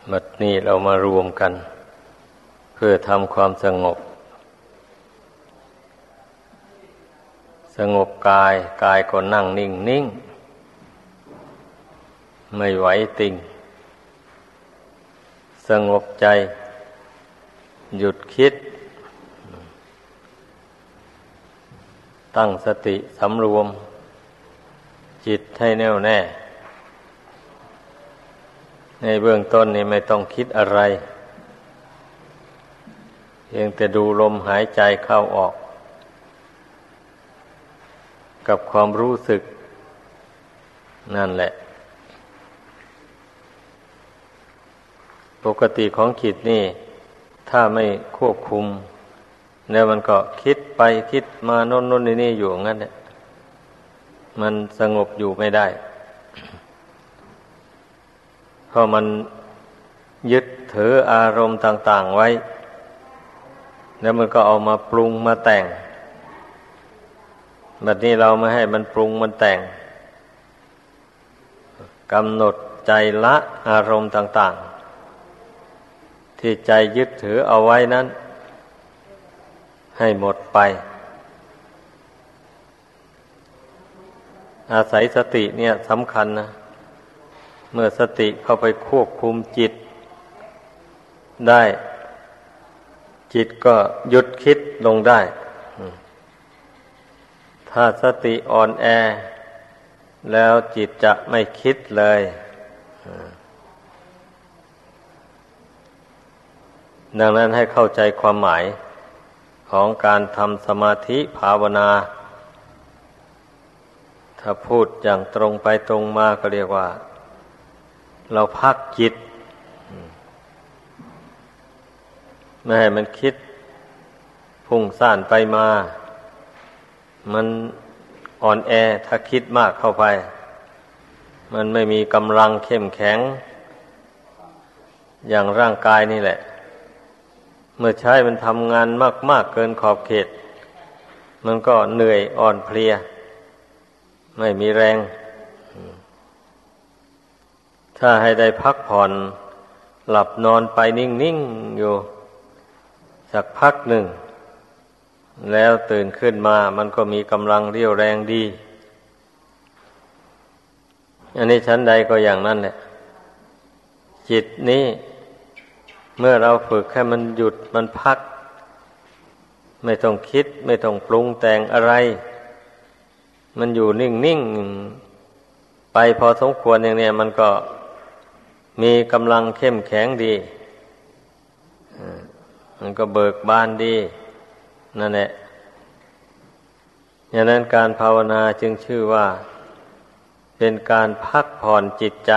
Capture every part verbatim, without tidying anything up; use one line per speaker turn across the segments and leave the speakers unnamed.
บัดนี้เรามารวมกันเพื่อทำความสงบสงบกายกายก็นั่งนิ่งนิ่งไม่ไหวติงสงบใจหยุดคิดตั้งสติสำรวมจิตให้แน่วแน่ในเบื้องต้นนี่ไม่ต้องคิดอะไรเพียงแต่ดูลมหายใจเข้าออกกับความรู้สึกนั่นแหละปกติของจิตนี่ถ้าไม่ควบคุมแล้วมันก็คิดไปคิดมาโน่นโน่นนี่นี่อยู่งั้นแหละมันสงบอยู่ไม่ได้เพราะมันยึดถืออารมณ์ต่างๆไว้แล้วมันก็เอามาปรุงมาแต่งบัดนี้เราไม่ให้มันปรุงมันแต่งกำหนดใจละอารมณ์ต่างๆที่ใจยึดถือเอาไว้นั้นให้หมดไปอาศัยสติเนี่ยสำคัญนะเมื่อสติเข้าไปควบคุมจิตได้จิตก็หยุดคิดลงได้ถ้าสติอ่อนแอแล้วจิตจะไม่คิดเลยดังนั้นให้เข้าใจความหมายของการทำสมาธิภาวนาถ้าพูดอย่างตรงไปตรงมาก็เรียกว่าเราพักจิตไม่ให้มันคิดพุ่งซ่านไปมามันอ่อนแอถ้าคิดมากเข้าไปมันไม่มีกำลังเข้มแข็งอย่างร่างกายนี่แหละเมื่อใช้มันทำงานมากๆเกินขอบเขตมันก็เหนื่อยอ่อนเพลียไม่มีแรงถ้าให้ได้พักผ่อนหลับนอนไปนิ่งๆอยู่สักพักหนึ่งแล้วตื่นขึ้นมามันก็มีกำลังเรี่ยวแรงดีอันนี้ชั้นใดก็อย่างนั้นแหละจิตนี้เมื่อเราฝึกให้มันหยุดมันพักไม่ต้องคิดไม่ต้องปรุงแต่งอะไรมันอยู่นิ่งๆไปพอสมควรอย่างนี้มันก็มีกำลังเข้มแข็งดีมันก็เบิกบานดีนั่นแหละอย่างนั้นการภาวนาจึงชื่อว่าเป็นการพักผ่อนจิตใจ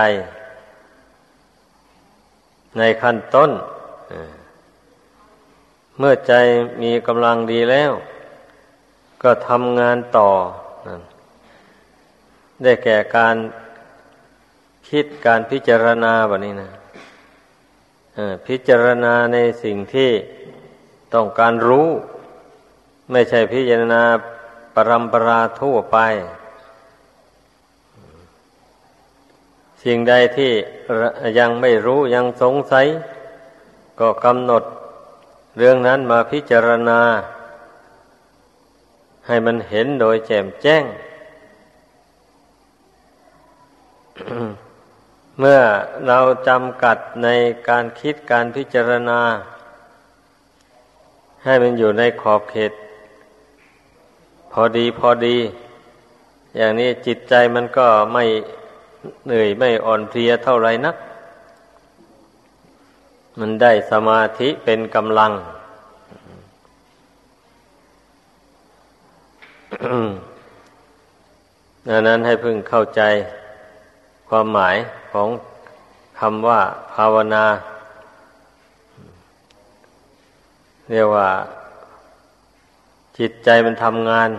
ในขั้นต้นเมื่อใจมีกำลังดีแล้วก็ทำงานต่อได้แก่การคิดการพิจารณาแบบนี้นะพิจารณาในสิ่งที่ต้องการรู้ไม่ใช่พิจารณาปรัมปราทั่วไปสิ่งใดที่ยังไม่รู้ยังสงสัยก็กำหนดเรื่องนั้นมาพิจารณาให้มันเห็นโดยแจ่มแจ้ง เมื่อเราจำกัดในการคิดการพิจารณาให้มันอยู่ในขอบเขตพอดีพอดีอย่างนี้จิตใจมันก็ไม่เหนื่อยไม่อ่อนเพลียเท่าไรนักมันได้สมาธิเป็นกำลัง ดังนั้นให้พึงเข้าใจความหมายของคำว่าภาวนาเรียกว่าจิตใจมันทำงาน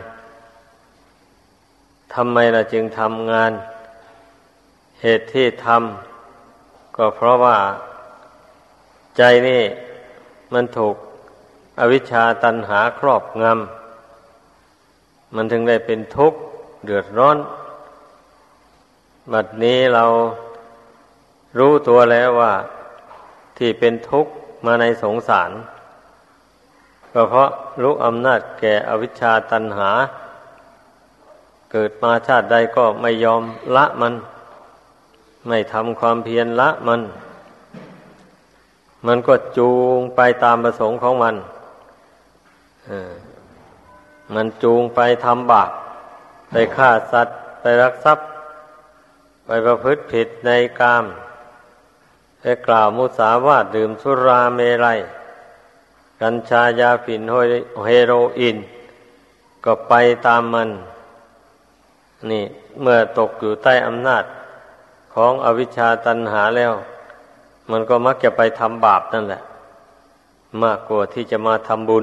ทำไมเราจึงทำงานเหตุที่ทำก็เพราะว่าใจนี่มันถูกอวิชชาตัณหาครอบงำมันถึงได้เป็นทุกข์เดือดร้อนบัดนี้เรารู้ตัวแล้วว่าที่เป็นทุกข์มาในสงสารก็เพราะรู้อำนาจแก่อวิชชาตัณหาเกิดมาชาติใดก็ไม่ยอมละมันไม่ทำความเพียรละมันมันก็จูงไปตามประสงค์ของมันมันจูงไปทำบาปไปฆ่าสัตว์ไปลักทรัพย์ไปประพฤติผิดในกามไปกล่าวมุสาวาทดื่มสุราเมรัยกัญชายาฝิ่นเฮโรอีนก็ไปตามมันนี่เมื่อตกอยู่ใต้อำนาจของอวิชชาตัณหาแล้วมันก็มักจะไปทำบาปนั่นแหละมากกว่าที่จะมาทำบุญ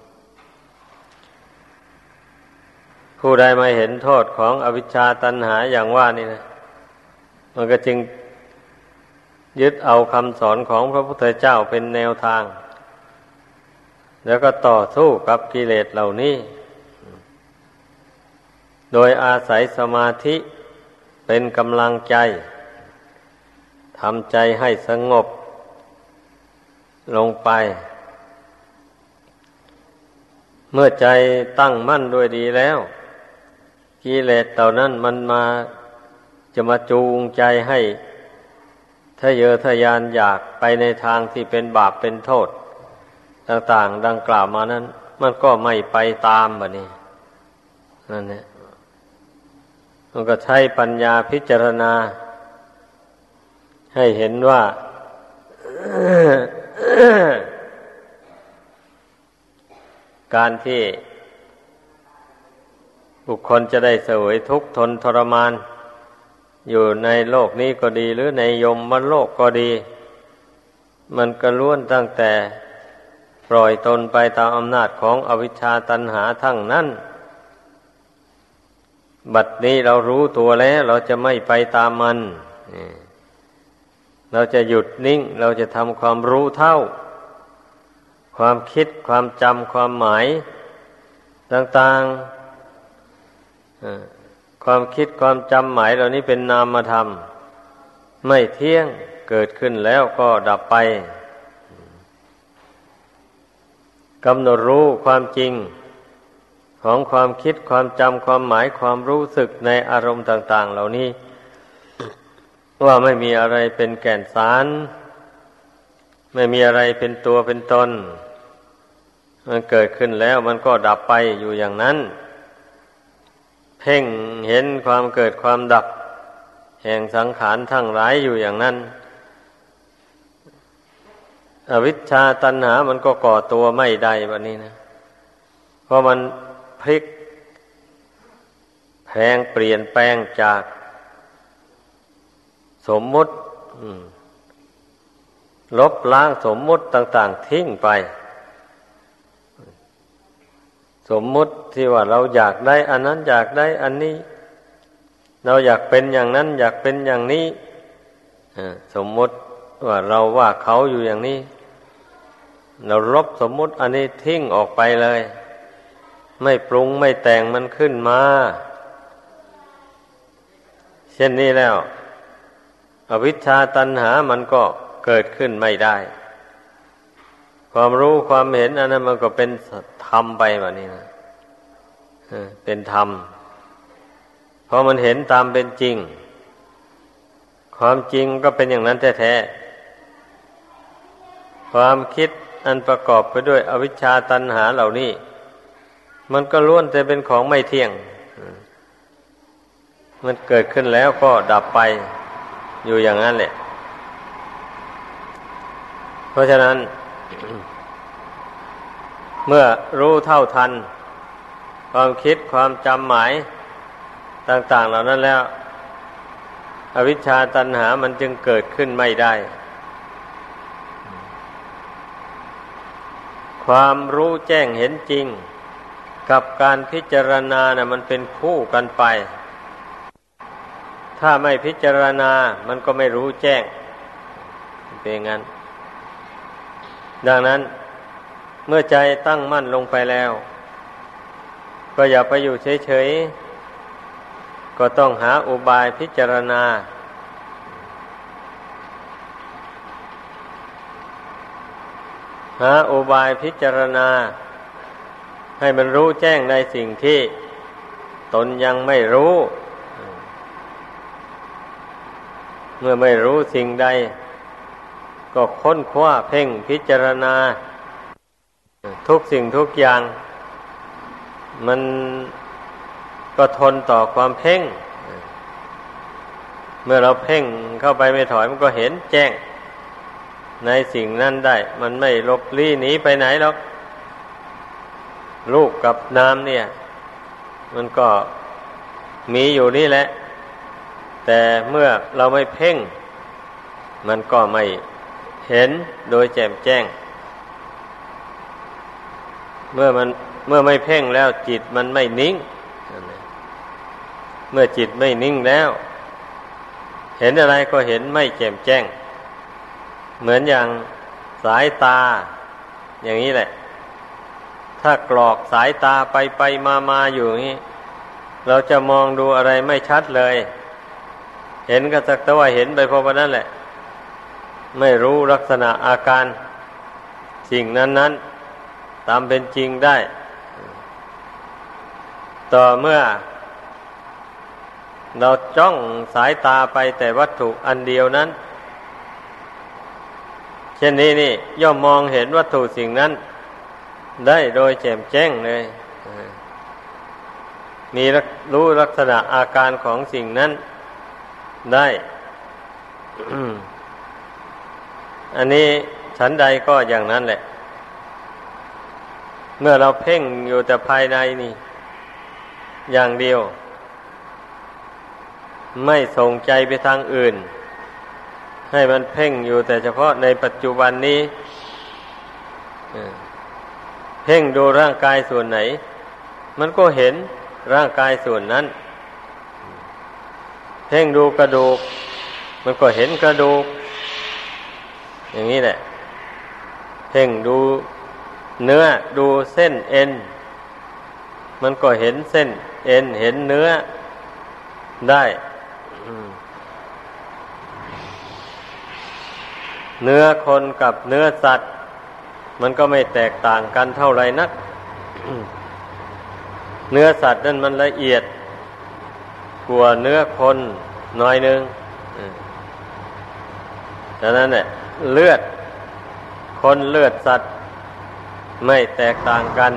ผู้ใดมาเห็นโทษของอวิชชาตัณหาอย่างว่านี่นะมันก็จึงยึดเอาคำสอนของพระพุทธเจ้าเป็นแนวทางแล้วก็ต่อสู้กับกิเลสเหล่านี้โดยอาศัยสมาธิเป็นกำลังใจทำใจให้สงบลงไปเมื่อใจตั้งมั่นด้วยดีแล้วกิเลสเหล่านั้นมันมาจะมาจูงใจให้ทะเยอทะยานอยากไปในทางที่เป็นบาปเป็นโทษต่างๆดังกล่าวมานั้นมันก็ไม่ไปตามบัดนี้นั่นแหละมันก็ใช้ปัญญาพิจารณาให้เห็นว่า การที่บุคคลจะได้เสวยทุกข์ทนทรมานอยู่ในโลกนี้ก็ดีหรือในยมโลกก็ดีมันก็ล้วนตั้งแต่ปล่อยตนไปตามอำนาจของอวิชชาตัณหาทั้งนั้นบัดนี้เรารู้ตัวแล้วเราจะไม่ไปตามมันเราจะหยุดนิ่งเราจะทำความรู้เท่าความคิดความจำความหมายต่างๆความคิดความจำหมายเหล่านี้เป็นนามธรรมไม่เที่ยงเกิดขึ้นแล้วก็ดับไปกำหนดรู้ความจริงของความคิดความจำความหมายความรู้สึกในอารมณ์ต่างๆเหล่านี้ว่าไม่มีอะไรเป็นแก่นสารไม่มีอะไรเป็นตัวเป็นตนมันเกิดขึ้นแล้วมันก็ดับไปอยู่อย่างนั้นเพ่งเห็นความเกิดความดับแห่งสังขารทั้งหลายอยู่อย่างนั้นอวิชชาตัณหามันก็ก่อตัวไม่ได้แบบนี้นะเพราะมันพลิกแปลงเปลี่ยนแปลงจากสมมุติลบล้างสมมุติต่างๆทิ้งไปสมมุติที่ว่าเราอยากได้อันนั้นอยากได้อันนี้เราอยากเป็นอย่างนั้นอยากเป็นอย่างนี้สมมุติว่าเราว่าเขาอยู่อย่างนี้เราลบสมมุติอันนี้ทิ้งออกไปเลยไม่ปรุงไม่แต่งมันขึ้นมาเช่นนี้แล้วอวิชชาตัณหามันก็เกิดขึ้นไม่ได้ความรู้ความเห็นอันนั้นมันก็เป็นธรรมไปแบบนี้นะเป็นธรรมเพราะมันเห็นตามเป็นจริงความจริงก็เป็นอย่างนั้นแท้ๆความคิดอันประกอบไปด้วยอวิชชาตัณหาเหล่านี้มันก็ล้วนแต่เป็นของไม่เที่ยงมันเกิดขึ้นแล้วก็ดับไปอยู่อย่างนั้นแหละเพราะฉะนั้นเมื่อรู้เท่าทันความคิดความจำหมายต่างๆเหล่านั้นแล้วอวิชชาตัณหามันจึงเกิดขึ้นไม่ได้ความรู้แจ้งเห็นจริงกับการพิจารณานะมันเป็นคู่กันไปถ้าไม่พิจารณามันก็ไม่รู้แจ้งเป็นอย่างนั้นดังนั้นเมื่อใจตั้งมั่นลงไปแล้วก็อย่าไปอยู่เฉยๆก็ต้องหาอุบายพิจารณาหาอุบายพิจารณาให้มันรู้แจ้งในสิ่งที่ตนยังไม่รู้เมื่อไม่รู้สิ่งใดก็ค้นคว้าเพ่งพิจารณาทุกสิ่งทุกอย่างมันก็ทนต่อความเพ่งเมื่อเราเพ่งเข้าไปไม่ถอยมันก็เห็นแจ้งในสิ่งนั้นได้มันไม่หลบลี้หนีไปไหนหรอกรูปกับนามเนี่ยมันก็มีอยู่นี่แหละแต่เมื่อเราไม่เพ่งมันก็ไม่เห็นโดยแจ่มแจ้งเมื่อมันเมื่อไม่เพ่งแล้วจิตมันไม่นิ่งเมื่อจิตไม่นิ่งแล้วเห็นอะไรก็เห็นไม่แจ่มแจ้งเหมือนอย่างสายตาอย่างนี้แหละถ้ากรอกสายตาไปไปมามาอยู่อย่างนี้เราจะมองดูอะไรไม่ชัดเลยเห็นก็สักแต่ว่าเห็นไปเพราะว่านั่นแหละไม่รู้ลักษณะอาการสิ่งนั้นๆตามเป็นจริงได้ต่อเมื่อเราจ้องสายตาไปแต่วัตถุอันเดียวนั้นเช่นนี้นี่ย่อมมองเห็นวัตถุสิ่งนั้นได้โดยแจ่มแจ้งเลยมีรู้ลักษณะอาการของสิ่งนั้นได้ อันนี้ฉันใดก็อย่างนั้นแหละเมื่อเราเพ่งอยู่แต่ภายในนี่อย่างเดียวไม่ส่งใจไปทางอื่นให้มันเพ่งอยู่แต่เฉพาะในปัจจุบันนี้เพ่งดูร่างกายส่วนไหนมันก็เห็นร่างกายส่วนนั้นเพ่งดูกระดูกมันก็เห็นกระดูกอย่างนี้แหละเพ่งดูเนื้อดูเส้นเอ็นมันก็เห็นเส้นเอ็นเห็นเนื้อได้เนื้อคนกับเนื้อสัตว์มันก็ไม่แตกต่างกันเท่าไหร่นัก เนื้อสัตว์นั่นมันละเอียดกว่าเนื้อคนหน่อยนึงดังนั้นเนี่ยเลือดคนเลือดสัตว์ไม่แตกต่างกัน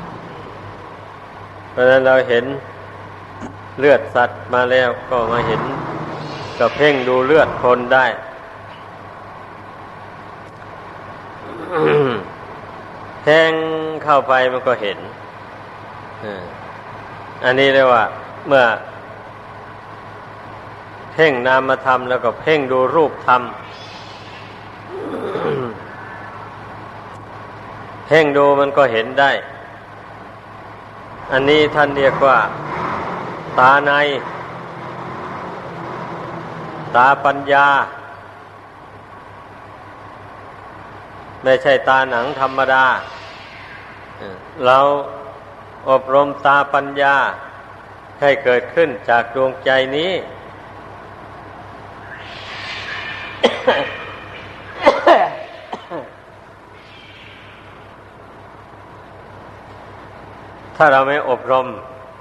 เพราะฉะนั้นเราเห็นเลือดสัตว์มาแล้วก็มาเห็นก็เพ่งดูเลือดคนได้แทงเข้าไปมันก็เห็นอันนี้เรียกว่าเมื่อเพ่งนามธรรมแล้วก็เพ่งดูรูปธรรม เพ่งดูมันก็เห็นได้อันนี้ท่านเรียกว่าตาในตาปัญญาไม่ใช่ตาหนังธรรมดาเราอบรมตาปัญญาให้เกิดขึ้นจากดวงใจนี้ ถ้าเราไม่อบรม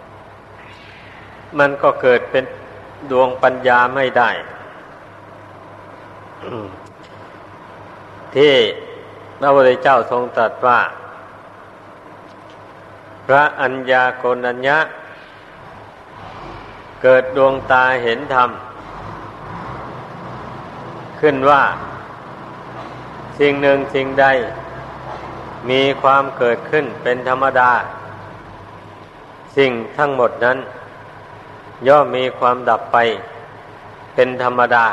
มันก็เกิดเป็นดวงปัญญาไม่ได้ ที่พระพุทธเจ้าทรงตรัสว่าพระอัญญาโกณัญญะเกิดดวงตาเห็นธรรมขึ้นว่าสิ่งหนึ่งสิ่งใดมีความเกิดขึ้นเป็นธรรมดาสิ่งทั้งหมดนั้นย่อมมีความดับไปเป็นธรรมดา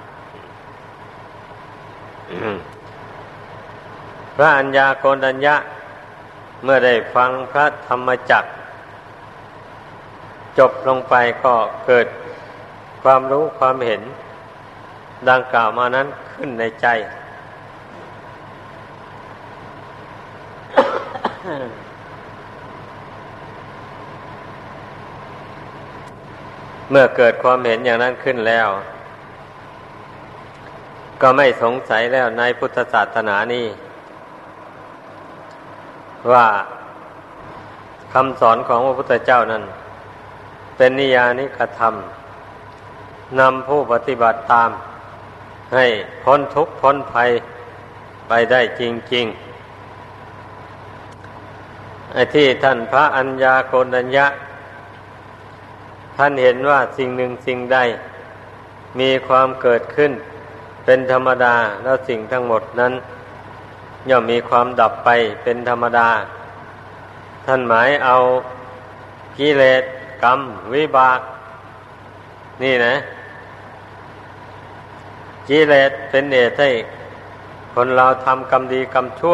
พระอัญญาโกณัญญะเมื่อได้ฟังพระธรรมจักรจบลงไปก็เกิดความรู้ความเห็นดังกล่าวมานั้นขึ้นในใจ เมื่อเกิดความเห็นอย่างนั้นขึ้นแล้วก็ไม่สงสัยแล้วในพุทธศาสนานี้ว่าคำสอนของพระพุทธเจ้านั้นเป็นนิยานิกธรรมนำผู้ปฏิบัติตามให้พ้นทุกข์พ้นภัยไปได้จริงๆไอ้ที่ท่านพระอัญญาโกณัญญะท่านเห็นว่าสิ่งหนึ่งสิ่งใดมีความเกิดขึ้นเป็นธรรมดาแล้วสิ่งทั้งหมดนั้นย่อมมีความดับไปเป็นธรรมดาท่านหมายเอากิเลสกรรมวิบากนี่นะกิเลสเป็นเหตุให้คนเราทำกรรมดีกรรมชั่ว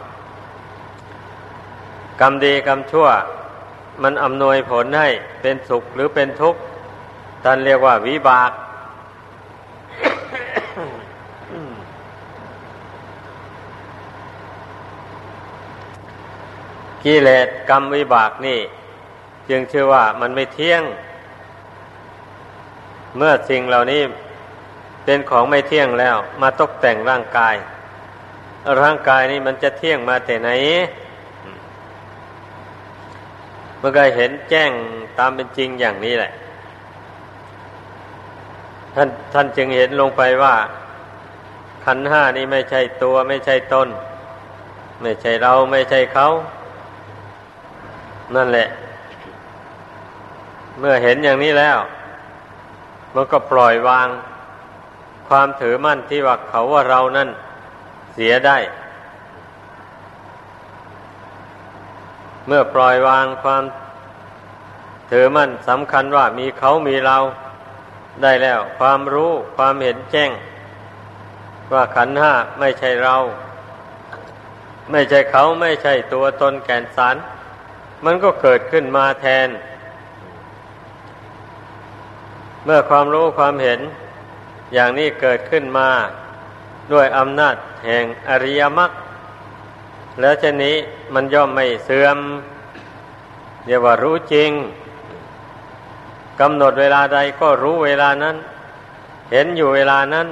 กรรมดีกรรมชั่วมันอำนวยผลให้เป็นสุขหรือเป็นทุกข์ท่านเรียกว่าวิบาก กิเลสกรรมวิบากนี่จึงชื่อว่ามันไม่เที่ยงเมื่อสิ่งเหล่านี้เป็นของไม่เที่ยงแล้วมาตกแต่งร่างกายร่างกายนี้มันจะเที่ยงมาแต่ไหนมันก็เห็นแจ้งตามเป็นจริงอย่างนี้แหละท่านท่านจึงเห็นลงไปว่าขันธ์ห้านี้ไม่ใช่ตัวไม่ใช่ตนไม่ใช่เราไม่ใช่เขานั่นแหละเมื่อเห็นอย่างนี้แล้วมันก็ปล่อยวางความถือมั่นที่ว่าเขาว่าเรานั่นเสียได้เมื่อปล่อยวางความถือมั่นสำคัญว่ามีเขามีเราได้แล้วความรู้ความเห็นแจ้งว่าขันธ์ห้าไม่ใช่เราไม่ใช่เขาไม่ใช่ตัวตนแก่นสารมันก็เกิดขึ้นมาแทนเมื่อความรู้ความเห็นอย่างนี้เกิดขึ้นมาด้วยอำนาจแห่งอริยมรรคแล้วเช่นนี้มันย่อมไม่เสื่อมเรียกว่ารู้จริงกำหนดเวลาใดก็รู้เวลานั้นเห็นอยู่เวลานั้น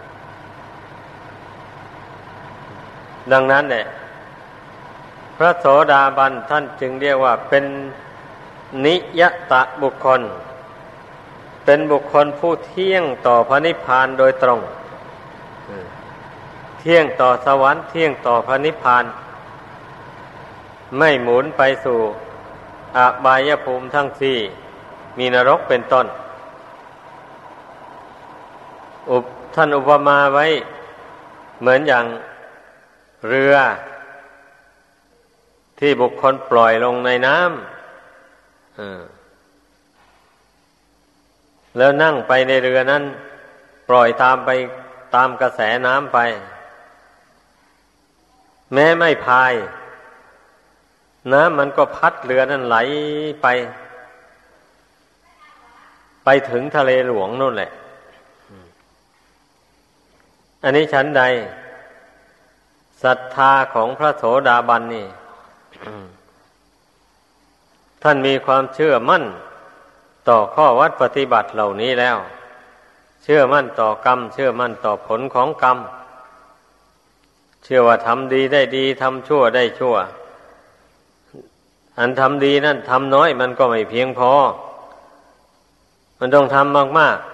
ดังนั้นเนี่ยพระโสดาบันท่านจึงเรียกว่าเป็นนิยตบุคคลเป็นบุคคลผู้เที่ยงต่อพระนิพพานโดยตรงเที่ยงต่อสวรรค์เที่ยงต่อพระนิพพานไม่หมุนไปสู่อบายภูมิทั้งสี่มีนรกเป็นต้นอุปท่านอุปมาไว้เหมือนอย่างเรือที่บุคคลปล่อยลงในน้ำแล้วนั่งไปในเรือนั้นปล่อยตามไปตามกระแสน้ำไปแม้ไม่พายน้ำมันก็พัดเรือนั้นไหลไปไปถึงทะเลหลวงนู่นแหละอันนี้ชั้นใดศรัทธาของพระโสดาบันนี่ ท่านมีความเชื่อมั่นต่อข้อวัดปฏิบัติเหล่านี้แล้วเชื่อมั่นต่อกรรมเชื่อมั่นต่อผลของกรรมเชื่อว่าทำดีได้ดีทำชั่วได้ชั่วอันทำดีนั่นทำน้อยมันก็ไม่เพียงพอมันต้องทำมาก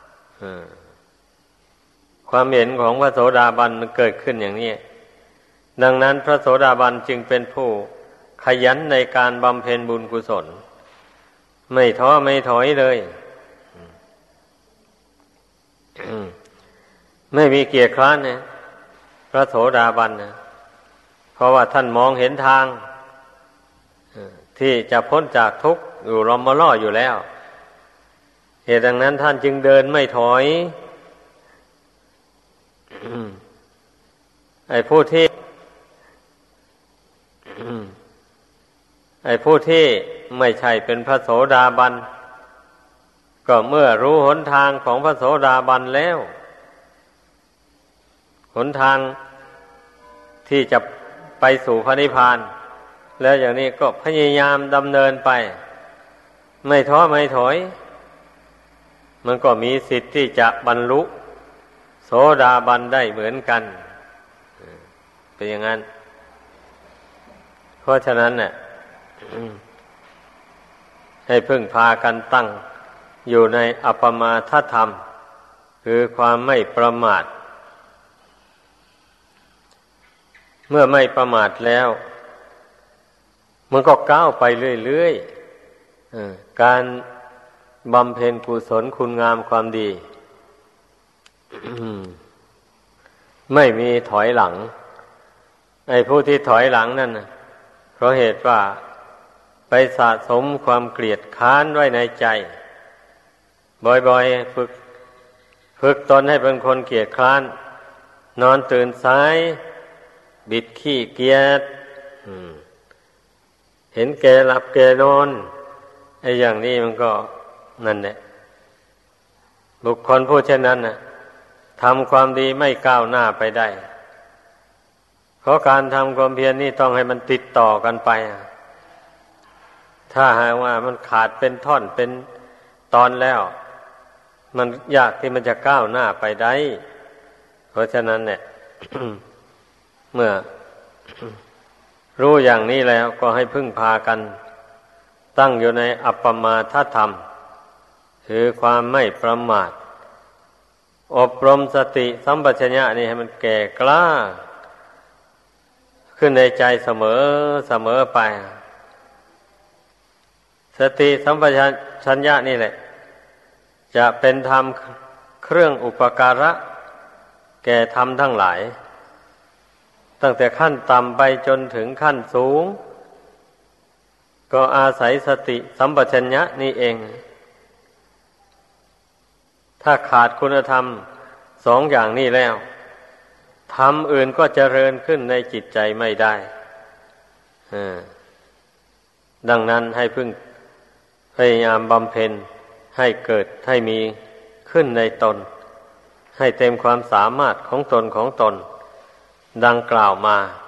ๆความเห็นของพระโสดาบันมันเกิดขึ้นอย่างนี้ดังนั้นพระโสดาบันจึงเป็นผู้ขยันในการบำเพ็ญบุญกุศลไม่ท้อไม่ถอยเลยไม่มีเกียรติคร้านนะพระโสดาบันนะเพราะว่าท่านมองเห็นทางที่จะพ้นจากทุกข์อยู่ล้อมมาล่ออยู่แล้วเหตุดังนั้นท่านจึงเดินไม่ถอยไอ้ผู้ที่ไอ้ผู้ที่ไม่ใช่เป็นพระโสดาบันก็เมื่อรู้หนทางของพระโสดาบันแล้วหนทางที่จะไปสู่พระนิพพานแล้วอย่างนี้ก็พยายามดำเนินไปไม่ท้อไม่ถอยมันก็มีสิทธิ์ที่จะบรรลุโสดาบันได้เหมือนกันเป็นอย่างนั้นเพราะฉะนั้นเนี่ยให้พึ่งพากันตั้งอยู่ในอัปปมาทธรรมคือความไม่ประมาทเมื่อไม่ประมาทแล้วมันก็ก้าวไปเรื่อยๆการบำเพ็ญกุศลคุณงามความดี ไม่มีถอยหลังไอ้ผู้ที่ถอยหลังนั่นนะเพราะเหตุว่าไปสะสมความเกลียดค้านไว้ในใจบ่อยๆฝึกฝึกตนให้เป็นคนเกลียดค้านนอนตื่นสายบิดขี้เกียจเห็นแก่หลับแก่นอนไอ้อย่างนี้มันก็นั่นแหละบุคคลผู้เช่นนั้นน่ะทำความดีไม่ก้าวหน้าไปได้เพราะการทำความเพียรนี่ต้องให้มันติดต่อกันไปถ้าหากว่ามันขาดเป็นท่อนเป็นตอนแล้วมันยากที่มันจะก้าวหน้าไปได้เพราะฉะนั้นเนี่ย เมื่อรู้อย่างนี้แล้วก็ให้พึ่งพากันตั้งอยู่ในอัปปมาทธรรมคือความไม่ประมาทอบรมสติสัมปชัญญะนี่ให้มันแก่กล้าขึ้นในใจเสมอเสมอไปสติสัมปชัญญะนี่แหละจะเป็นธรรมเครื่องอุปการะแก่ธรรมทั้งหลายตั้งแต่ขั้นต่ำไปจนถึงขั้นสูงก็อาศัยสติสัมปชัญญะนี่เองถ้าขาดคุณธรรมสองอย่างนี้แล้วธรรมอื่นก็เจริญขึ้นในจิตใจไม่ได้ดังนั้นให้พึ่งพยายามบำเพ็ญให้เกิดให้มีขึ้นในตนให้เต็มความสามารถของตนของตนดังกล่าวมา